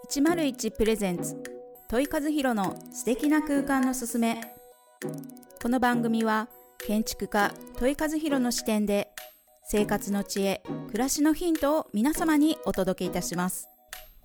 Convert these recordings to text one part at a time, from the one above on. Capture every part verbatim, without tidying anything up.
いちまるいちプレゼンツ戸井和弘の素敵な空間のすすめ。この番組は建築家戸井和弘の視点で生活の知恵、暮らしのヒントを皆様にお届けいたします。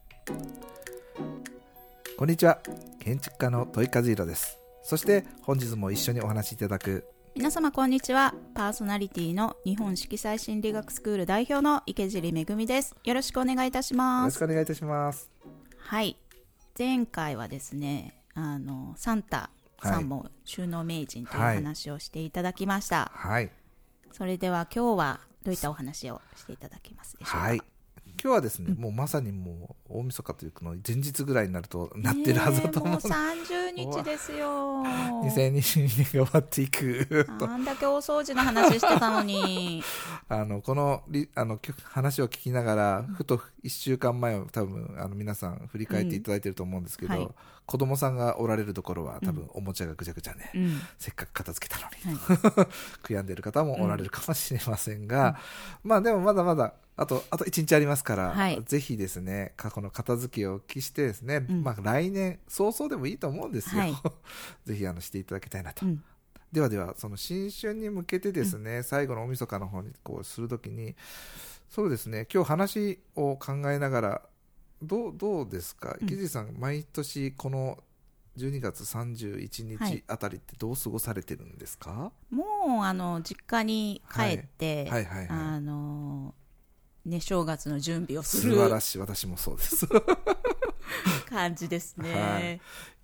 こんにちは、建築家の戸井和弘です。そして本日も一緒にお話しいただく皆様こんにちは。パーソナリティの日本色彩心理学スクール代表の池尻めぐみです。よろしくお願いいたします。 よろしくお願いいたします。 はい、前回はですね、あのサンタさんも収納名人という話をしていただきました。 はい、 それでは今日はどういったお話をしていただけますでしょうか。 はい、今日はですね、うん、もうまさにもう大晦日というの前日ぐらいになるとなってるはずだと思う、 ね、もうさんじゅうにちですよ。 にせんにじゅうにねんが終わっていくあんだけ大掃除の話してたのにあのこのあの話を聞きながらふといっしゅうかんまえを多分あの皆さん振り返っていただいていると思うんですけど、うんはい、子供さんがおられるところは多分おもちゃがぐちゃぐちゃね、うん、せっかく片付けたのに、はい、悔やんでる方もおられるかもしれませんが、うん、まあでもまだまだあと、あといちにちありますから、はい、ぜひですね、過去の片付けを期してですね、うん、まあ来年早々でもいいと思うんですよ。はい、ぜひあのしていただきたいなと。うん、ではでは、その新春に向けてですね、うん、最後の大晦日の方にこうするときに、そうですね、今日話を考えながら、どう、どうですか、池尻さん、毎年このじゅうにがつさんじゅういちにちあたりってどう過ごされてるんですか？はい、 もうあの実家に帰って、はいはいはいはい、あのね、正月の準備をする。 素晴らしい、私もそうです感じですね。 はい、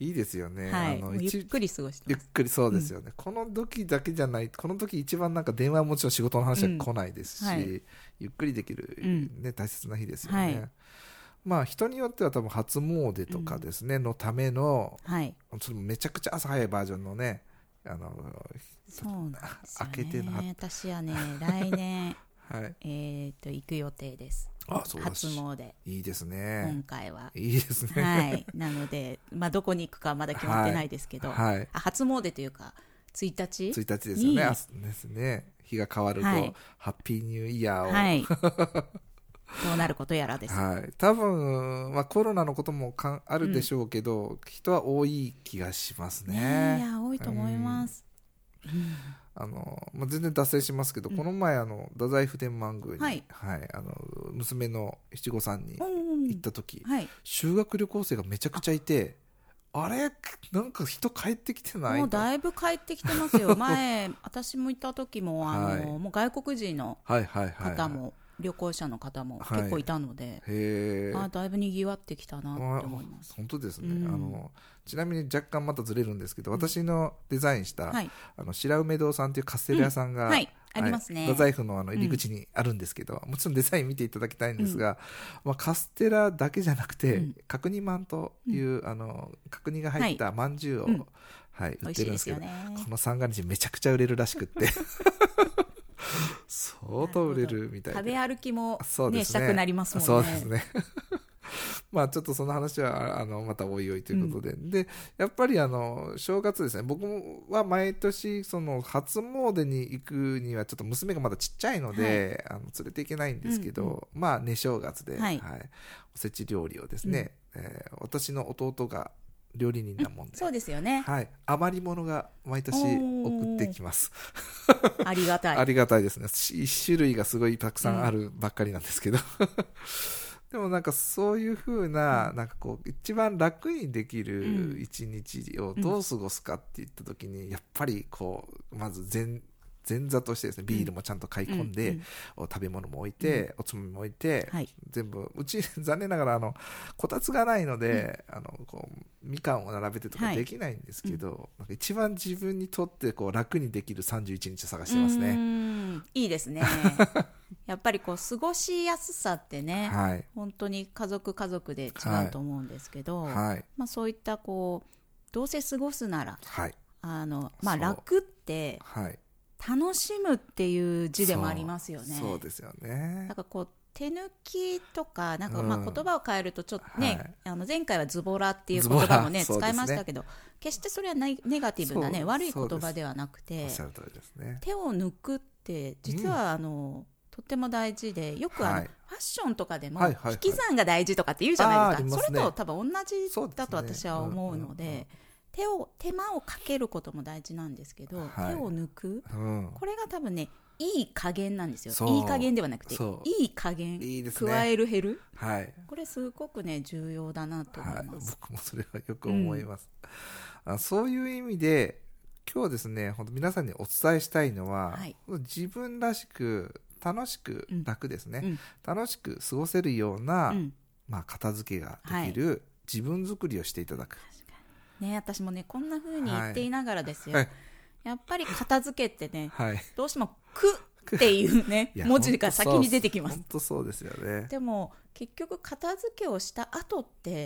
いいですよね。 はい、あのゆっくり過ごしてます。 ゆっくり、そうですよね。うん、この時だけじゃない、この時一番なんか電話はもちろん仕事の話は来ないですし、うんはい、ゆっくりできる、ね、大切な日ですよね。はい、まあ人によっては多分初詣とかですね、うん、のための、はい、それもめちゃくちゃ朝早いバージョンのね、あのそうなんですよね。 開けての私はね来年はい、えー、と行く予定です。 あ、そうだし、 初詣。 いいですね。 今回はいいですね。 はい。なので、まあ、どこに行くかまだ決まってないですけど、はいはい、あ初詣というかついたちついたちですよね。ですね。日が変わると、はい、ハッピーニューイヤーを、 はい、どうなることやらです。 はい、多分、まあ、コロナのこともかあるでしょうけど、うん、人は多い気がしますね。 ね、いや多いと思います。 うんあのまあ、全然脱線しますけど、うん、この前あの太宰府天満宮に、はいはい、あの娘の七五三に行った時、うんはい、修学旅行生がめちゃくちゃいて、あれなんか人帰ってきてない？ もうだいぶ帰ってきてますよ。前私も行った時もあの、はい、もう外国人の方も、はいはいはいはい、旅行者の方も結構いたので、はい、へあだいぶにぎわってきたなって思います。 本当ですね、うん、あのちなみに若干またずれるんですけど、私のデザインした、うんはい、あの白梅堂さんというカステラ屋さんが、うんはいありますね、 太宰府のあの入り口にあるんですけど、うん、もちろんデザイン見ていただきたいんですが、うんまあ、カステラだけじゃなくて、うん、角煮まんという、うん、あの角煮が入ったまんじゅうを、うんはい、売ってるんですけど、この三が日めちゃくちゃ売れるらしくって相当売れるみたいで、 食べ歩きも、ねね、したくなりますもんね。 そうですねまあちょっとその話はあのまたおいおいということで、うん、でやっぱりあの正月ですね、僕は毎年その初詣に行くにはちょっと娘がまだちっちゃいので、はい、あの連れて行けないんですけど、うんうん、まあ寝正月で、はいはい、おせち料理をですね、うんえー、私の弟が料理人なもんで、うん、 そうですよね、 はい、余り物が毎年送ってきますありがたいありがたいですね。一種類がすごいたくさんあるばっかりなんですけど、うんでもなんかそういう風な、なんかこう一番楽にできる一日をどう過ごすかっていった時に、やっぱりこうまず前前座としてですね、ビールもちゃんと買い込んで、うん、食べ物も置いて、うん、おつまみも置いて、はい、全部うち残念ながらあのこたつがないので、うん、あのこうみかんを並べてとかできないんですけど、はいうん、なんか一番自分にとってこう楽にできるさんじゅういちにちを探してますね。 うーんいいですねやっぱりこう過ごしやすさってね、はい、本当に家族家族で違うと思うんですけど、はいはいまあ、そういったこうどうせ過ごすなら、はいあのまあ、楽って、はい楽しむっていう字でもありますよね。 そう、そうですよね。 なんかこう手抜きとかなんかまあ言葉を変えるとちょっとね、はい、あの前回はズボラっていう言葉もね使いましたけど、決してそれはネガティブなね悪い言葉ではなくて、 おっしゃる通りですね。 手を抜くって実はあの、うん、 とっても大事で、よくあの、はい、ファッションとかでも引き算が大事とかって言うじゃないですか、はいはいはい、それと多分同じだと私は思うので、ね、うんうんうん、手を手間をかけることも大事なんですけど、はい、手を抜く、うん、これが多分ねいい加減なんですよ。いい加減ではなくていい加減、いいですね、加える減る、はい、これすごくね重要だなと思います、 はい、僕もそれはよく思います、うん、あそういう意味で今日ですね、本当皆さんにお伝えしたいのは、はい、自分らしく楽しく楽ですね、うん、楽しく過ごせるような、うん、まあ、片付けができる自分作りをしていただく、はい、 ね、私もねこんな風に言っていながらですよ、はい、やっぱり片付けってね、はい、どうしてもくっていうね文字が先に出てきます。 本当そうですよね。 でも結局片付けをした後って、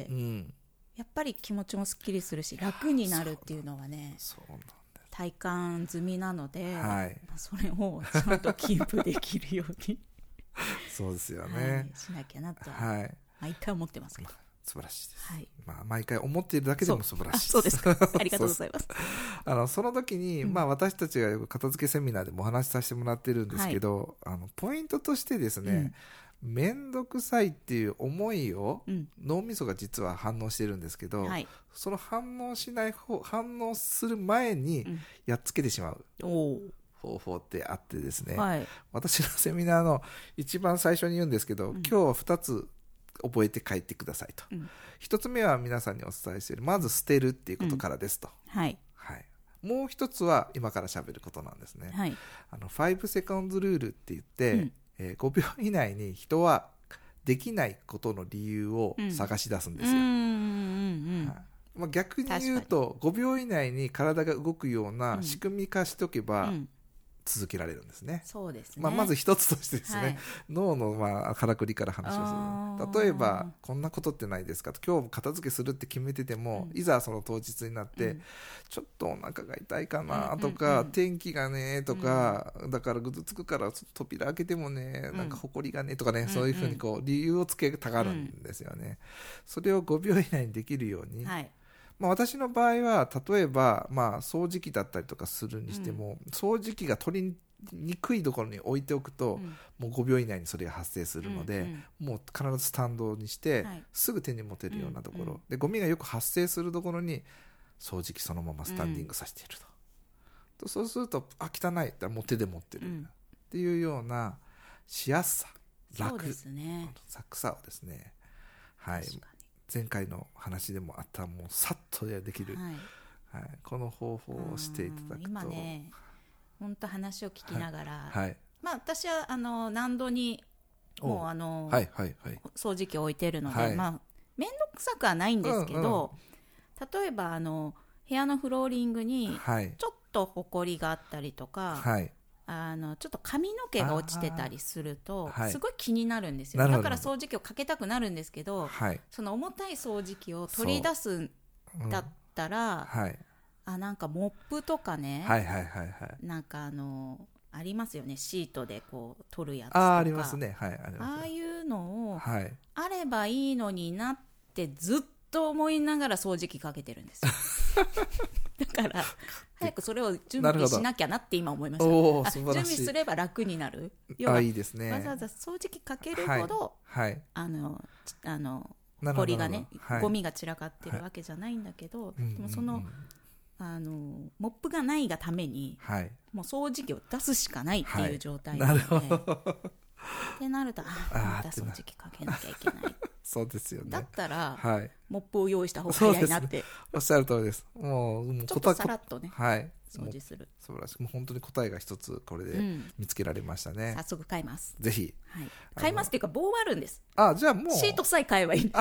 うん、やっぱり気持ちもすっきりするし楽になるっていうのはね、そうなん体感済みなので、はい、それをちゃんとキープできるようにそうですよね、はい、 しなきゃなと、はい、毎回思ってますけど、 素晴らしいです、はい、まあ、毎回思っているだけでも素晴らしいです。 そうですか、ありがとうございますあのその時に、うん、まあ、私たちがよく片付けセミナーでもお話しさせてもらってるんですけど、はい、あのポイントとしてですね、うん、めんどくさいっていう思いを、うん、脳みそが実は反応してるんですけど、はい、その反応しない方反応する前にやっつけてしまう、うん、方法ってあってですね、はい、私のセミナーの一番最初に言うんですけど、うん、今日はふたつ覚えて帰ってくださいと、うん、ひとつめは皆さんにお伝えしているまず捨てるっていうことからですと、うん、はいはい、もう一つは今から喋ることなんですね、はい、あのファイブセコンドルールって言って、うん、えー、ごびょう以内に人はできないことの理由を探し出すんですよ、うんうんうんうん、はい、まあ、逆に言うとごびょう以内に体が動くような仕組み化しておけば、うんうん、続けられるんですね。 そうですね。 まあ、まず一つとしてですね、はい、脳のまあからくりから話をする。例えばこんなことってないですかと、今日片付けするって決めてても、うん、いざその当日になって、うん、ちょっとお腹が痛いかなとか、うんうんうん、天気がねとか、うん、だからぐずつくから扉開けてもね、なんか埃がねとかね、うん、そういうふうにこう理由をつけたがるんですよね、うん、それをごびょう以内にできるように、はい、まあ、私の場合は例えば、まあ、掃除機だったりとかするにしても、うん、掃除機が取りにくいところに置いておくと、うん、もうごびょう以内にそれが発生するので、うんうん、もう必ずスタンドにして、はい、すぐ手に持てるようなところ、うんうん、でゴミがよく発生するところに掃除機そのままスタンディングさせていると、うん、そうするとあ汚いってもう手で持ってる、うん、っていうようなしやすさ、楽、そうですね、サクさをですね、はい、前回の話でもあったもうさっとできる、はいはい、この方法をしていただくと、 今ね本当話を聞きながら、はいはい、まあ、私はあの納戸にもうあの、はいはいはい、掃除機を置いてるので、はい、まあ、面倒くさくはないんですけど、うんうん、例えばあの部屋のフローリングにちょっとほこりがあったりとか、はい、あのちょっと髪の毛が落ちてたりすると、はい、すごい気になるんですよ。だから掃除機をかけたくなるんですけど、はい、その重たい掃除機を取り出すんだったら、うん、はい、あ、なんかモップとかね、はいはいはいはい、なんかあのありますよね、シートでこう取るやつとか、 あ、ありますね、はい、ありますね、 ああいうのを、はい、あればいいのになってずっと思いながら掃除機かけてるんですよだから早くそれを準備しなきゃなって今思いました。あ、準備すれば楽になる。要は、あ、いいですね、わざわざ掃除機かけるほど、はいはい、あのあの埃がね、はい、ゴミが散らかってるわけじゃないんだけど、はい、でもその、うんうんうん、あのモップがないがために、はい、もう掃除機を出すしかないっていう状態なので、はい、なるほどってなると、ああ、また掃除機かけなきゃいけないそうですよね。 だったら、はい、モップを用意した方が早いなって、ね、 おっしゃる通りです。もうちょっとさらっとね、はい、掃除する。 素晴らしい。もう本当に答えが一つこれで見つけられましたね、うん、 早速買います。 ぜひ、 はい、買いますっていうか棒はあるんです。 あ、じゃあもうシートさえ買えばいい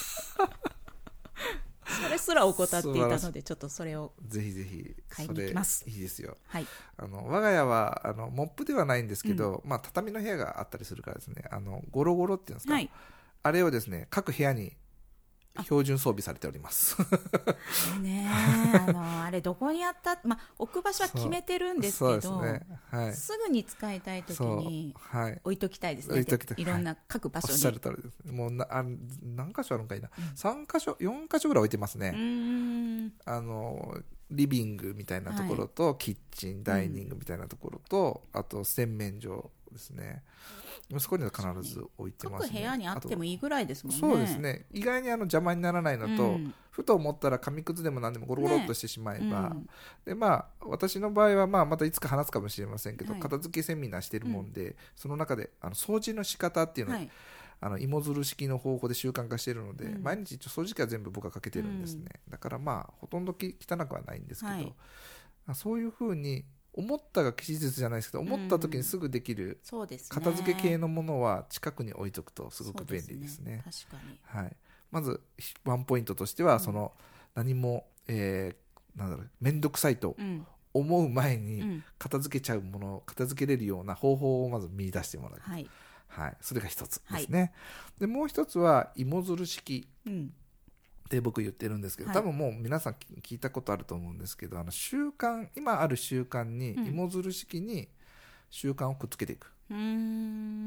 それすら怠っていたので、ちょっとそれをぜひぜひ買いに行きます。 いいですよ、はい、あの我が家はあのモップではないんですけど、うん、まあ、畳の部屋があったりするからですね、あのゴロゴロっていうんですか、はい、あれをですね各部屋に標準装備されておりますねあのあれどこにあった、まあ、置く場所は決めてるんですけど、そうですね、はい、すぐに使いたいときに置いときたいですね、はい、いろんな各場所に、おっしゃる通りです。もうなあ何箇所あるのかいな、うん、さん箇所よん箇所ぐらい置いてますね。うーん、あのリビングみたいなところと、はい、キッチンダイニングみたいなところと、うん、あと洗面所ですね。そこには必ず置いてますね。 各部屋にあってもいいぐらいですもんね。 そうですね。意外にあの邪魔にならないのと、うん、ふと思ったら紙くずでも何でもゴロゴロっとしてしまえば、ね、うん、でまあ私の場合はまあまたいつか話すかもしれませんけど、はい、片付けセミナーしてるもんで、うん、その中であの掃除の仕方っていうのを、はい、あの芋づる式の方法で習慣化しているので、うん、毎日掃除機は全部僕がかけてるんですね、うん、だからまあほとんどき汚くはないんですけど、はい、そういうふうに思ったが吉日じゃないですけど、思った時にすぐできる片付け系のものは近くに置いとくとすごく便利ですね。 そうですね、確かに、 はい、まずワンポイントとしては、その何も、えー、なんだろう、めんどくさいと思う前に片付けちゃうものを片付けれるような方法をまず見出してもらう、はいはい、それが一つですね、はい、でもう一つは芋づる式、うんって僕言ってるんですけど、はい、多分もう皆さん聞いたことあると思うんですけど、あの習慣、今ある習慣に芋づる式に習慣をくっつけていく、 うん、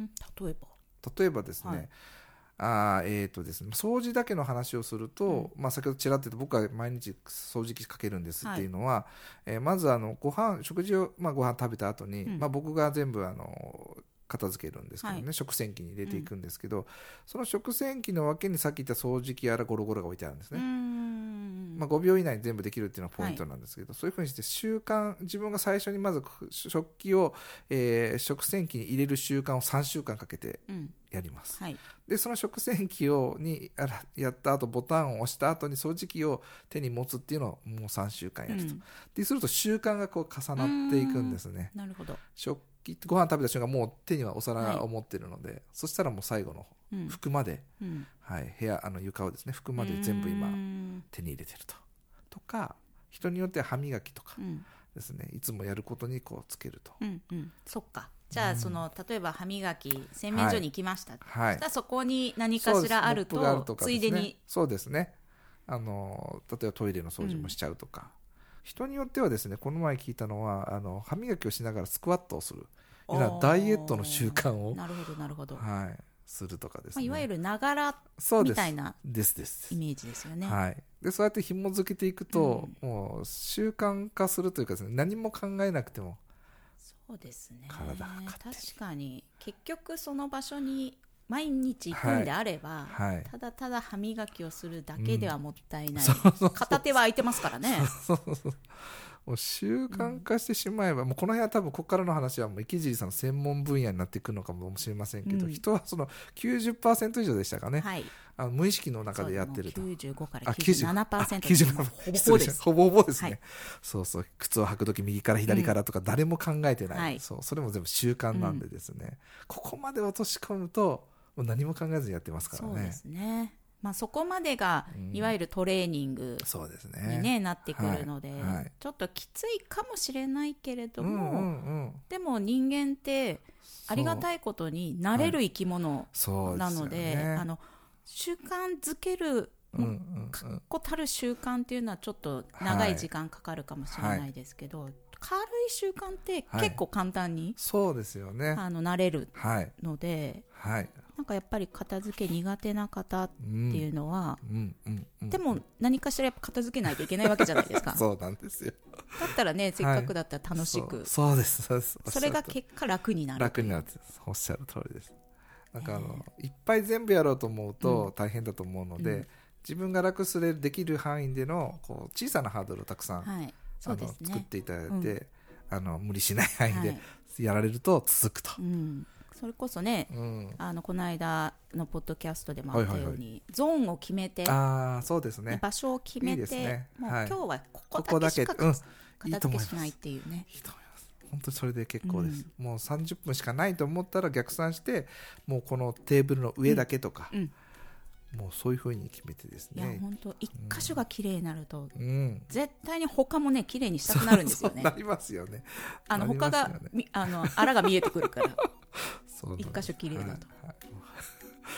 例えば例えばですね、はい、あえーとですね、掃除だけの話をすると、うん、まあ、先ほどちらっと言った僕は毎日掃除機かけるんですっていうのは、はい、えー、まずあのご飯食事を、まあ、ご飯食べた後に、うん、まあ、僕が全部あの片付けるんですけどね、はい、食洗機に入れていくんですけど、うん、その食洗機の脇にさっき言った掃除機やらゴロゴロが置いてあるんですね。うーん、まあ、ごびょう以内に全部できるっていうのはポイントなんですけど、はい、そういうふうにして習慣、自分が最初にまず食器を、えー、食洗機に入れる習慣をさんしゅうかんかけてやります、うん、はい、でその食洗機をにやった後ボタンを押した後に掃除機を手に持つっていうのをもうさんしゅうかんやると、うん、ですると習慣がこう重なっていくんですね。 なるほど。 食ご飯食べた瞬間もう手にはお皿を持ってるので、はい、そしたらもう最後の服まで、うん、はい、部屋あの床をですね、服まで全部今手に入れてるととか、人によっては歯磨きとかですね、うん、いつもやることにこうつけると、 うんうん、そっか。じゃあその、うん、例えば歯磨き洗面所に行きました、はい、そしたらそこに何かしらある と, あるとか、ね、ついでにそうですね、あの例えばトイレの掃除もしちゃうとか、うん、人によってはですね、この前聞いたのはあの歯磨きをしながらスクワットをする、ダイエットの習慣をなるほどなるほど、 はい、するとかですね、 まあ、いわゆるながらみたいなイメージですよね。 はい、でそうやって紐づけていくと、うん、もう習慣化するというかですね、何も考えなくてもそうですね、 体が勝手に、 確かに結局その場所に毎日行くんであれば、はいはい、ただただ歯磨きをするだけではもったいない、うん、片手は空いてますからね。そうそうそう、 もう習慣化してしまえば、うん、もうこの辺は多分ここからの話はもう池尻さんの専門分野になっていくのかもしれませんけど、うん、人はその きゅうじゅっパーセント 以上でしたかね、はい、あの無意識の中でやってると、 きゅうじゅうごからきゅうじゅうななパーセント、 ほぼほぼですね、はい、そうそう、靴を履くとき右から左からとか誰も考えてない、うん、はい、そう、それも全部習慣なんでですね、うん、ここまで落とし込むともう何も考えずにやってますからね。 そうですね、まあ、そこまでがいわゆるトレーニングに、ね、ね、なってくるので、はいはい、ちょっときついかもしれないけれども、うんうんうん、でも人間ってありがたいことに慣れる生き物なの で,、はい、でね、あの習慣づける確固たる習慣っていうのはちょっと長い時間かかるかもしれないですけど、はい、軽い習慣って結構簡単に、はい、 そうですよね、 あの慣れるので、 はいはい、 なんかやっぱり片付け苦手な方っていうのは、うんうんうんうん、でも何かしらやっぱ片付けないといけないわけじゃないですか。 そうなんですよ。 だったらね、せっかくだったら楽しく、はい、 そう、そうですそうです、 それが結果楽になる、 楽になる、おっしゃる通りです。なんかあの、えー、いっぱい全部やろうと思うと大変だと思うので、うん、自分が楽するできる範囲でのこう小さなハードルをたくさん、はい、そうですね、あの作っていただいて、うん、あの無理しない範囲でやられると続くと、はい、うん、 それこそね、うん、あのこの間のポッドキャストでもあったように、はいはいはい、ゾーンを決めて、 あ、そうですね、 場所を決めて、いいですね、もう今日はここだけしか片付けしないっていうね、 いいと思います。本当にそれで結構です、うん、もうさんじゅっぷんしかないと思ったら逆算して、もうこのテーブルの上だけとか、うんうん、もうそういう風に決めてですね、 いや本当一箇所が綺麗になると、うん、絶対に他もね綺麗にしたくなるんですよね。 そうなりますよね。 あの他があのあらが見えてくるから一箇所綺麗だと、はいはい、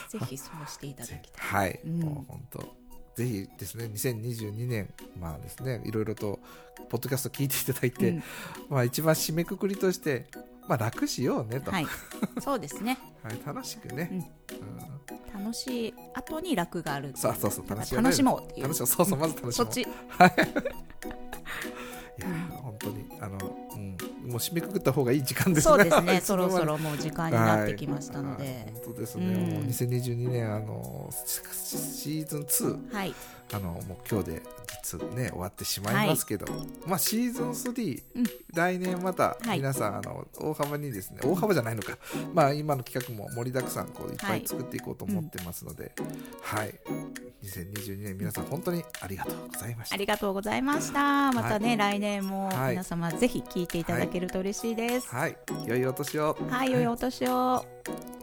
ぜひそうしていただきたい。 はい、うん、もう本当ぜひですね、にせんにじゅうにねん、まあですね、いろいろとポッドキャスト聞いていただいて、うん、まあ一番締めくくりとして、まあ楽しようねと、 はい、そうですね、 はい、楽しくね、 うんうん、楽しい後に楽がある、 そうそうそう、 楽し, 楽しもうっていう、 楽しもう、そうそう、まず楽しもう、 そっち、 はい、いや本当にあの、うん、 もう締めくくった方がいい時間ですね。 そうですねそろそろもう時間になってきましたので、はい、 本当ですね、うん、もうにせんにじゅうにねんあのシーズンツー、はい、あのもう今日で実ね終わってしまいますけど、はい、まあ、シーズンスリー、うん、来年また皆さん、はい、あの大幅にですね大幅じゃないのか、まあ、今の企画も盛りだくさんこういっぱい作っていこうと思ってますので、はい、はい、にせんにじゅうにねん皆さん本当にありがとうございました。 ありがとうございました。またね、はい、来年も皆様ぜひ聞いていただけると嬉しいです。 はい、はい、良いお年を。 はい、良いお年を。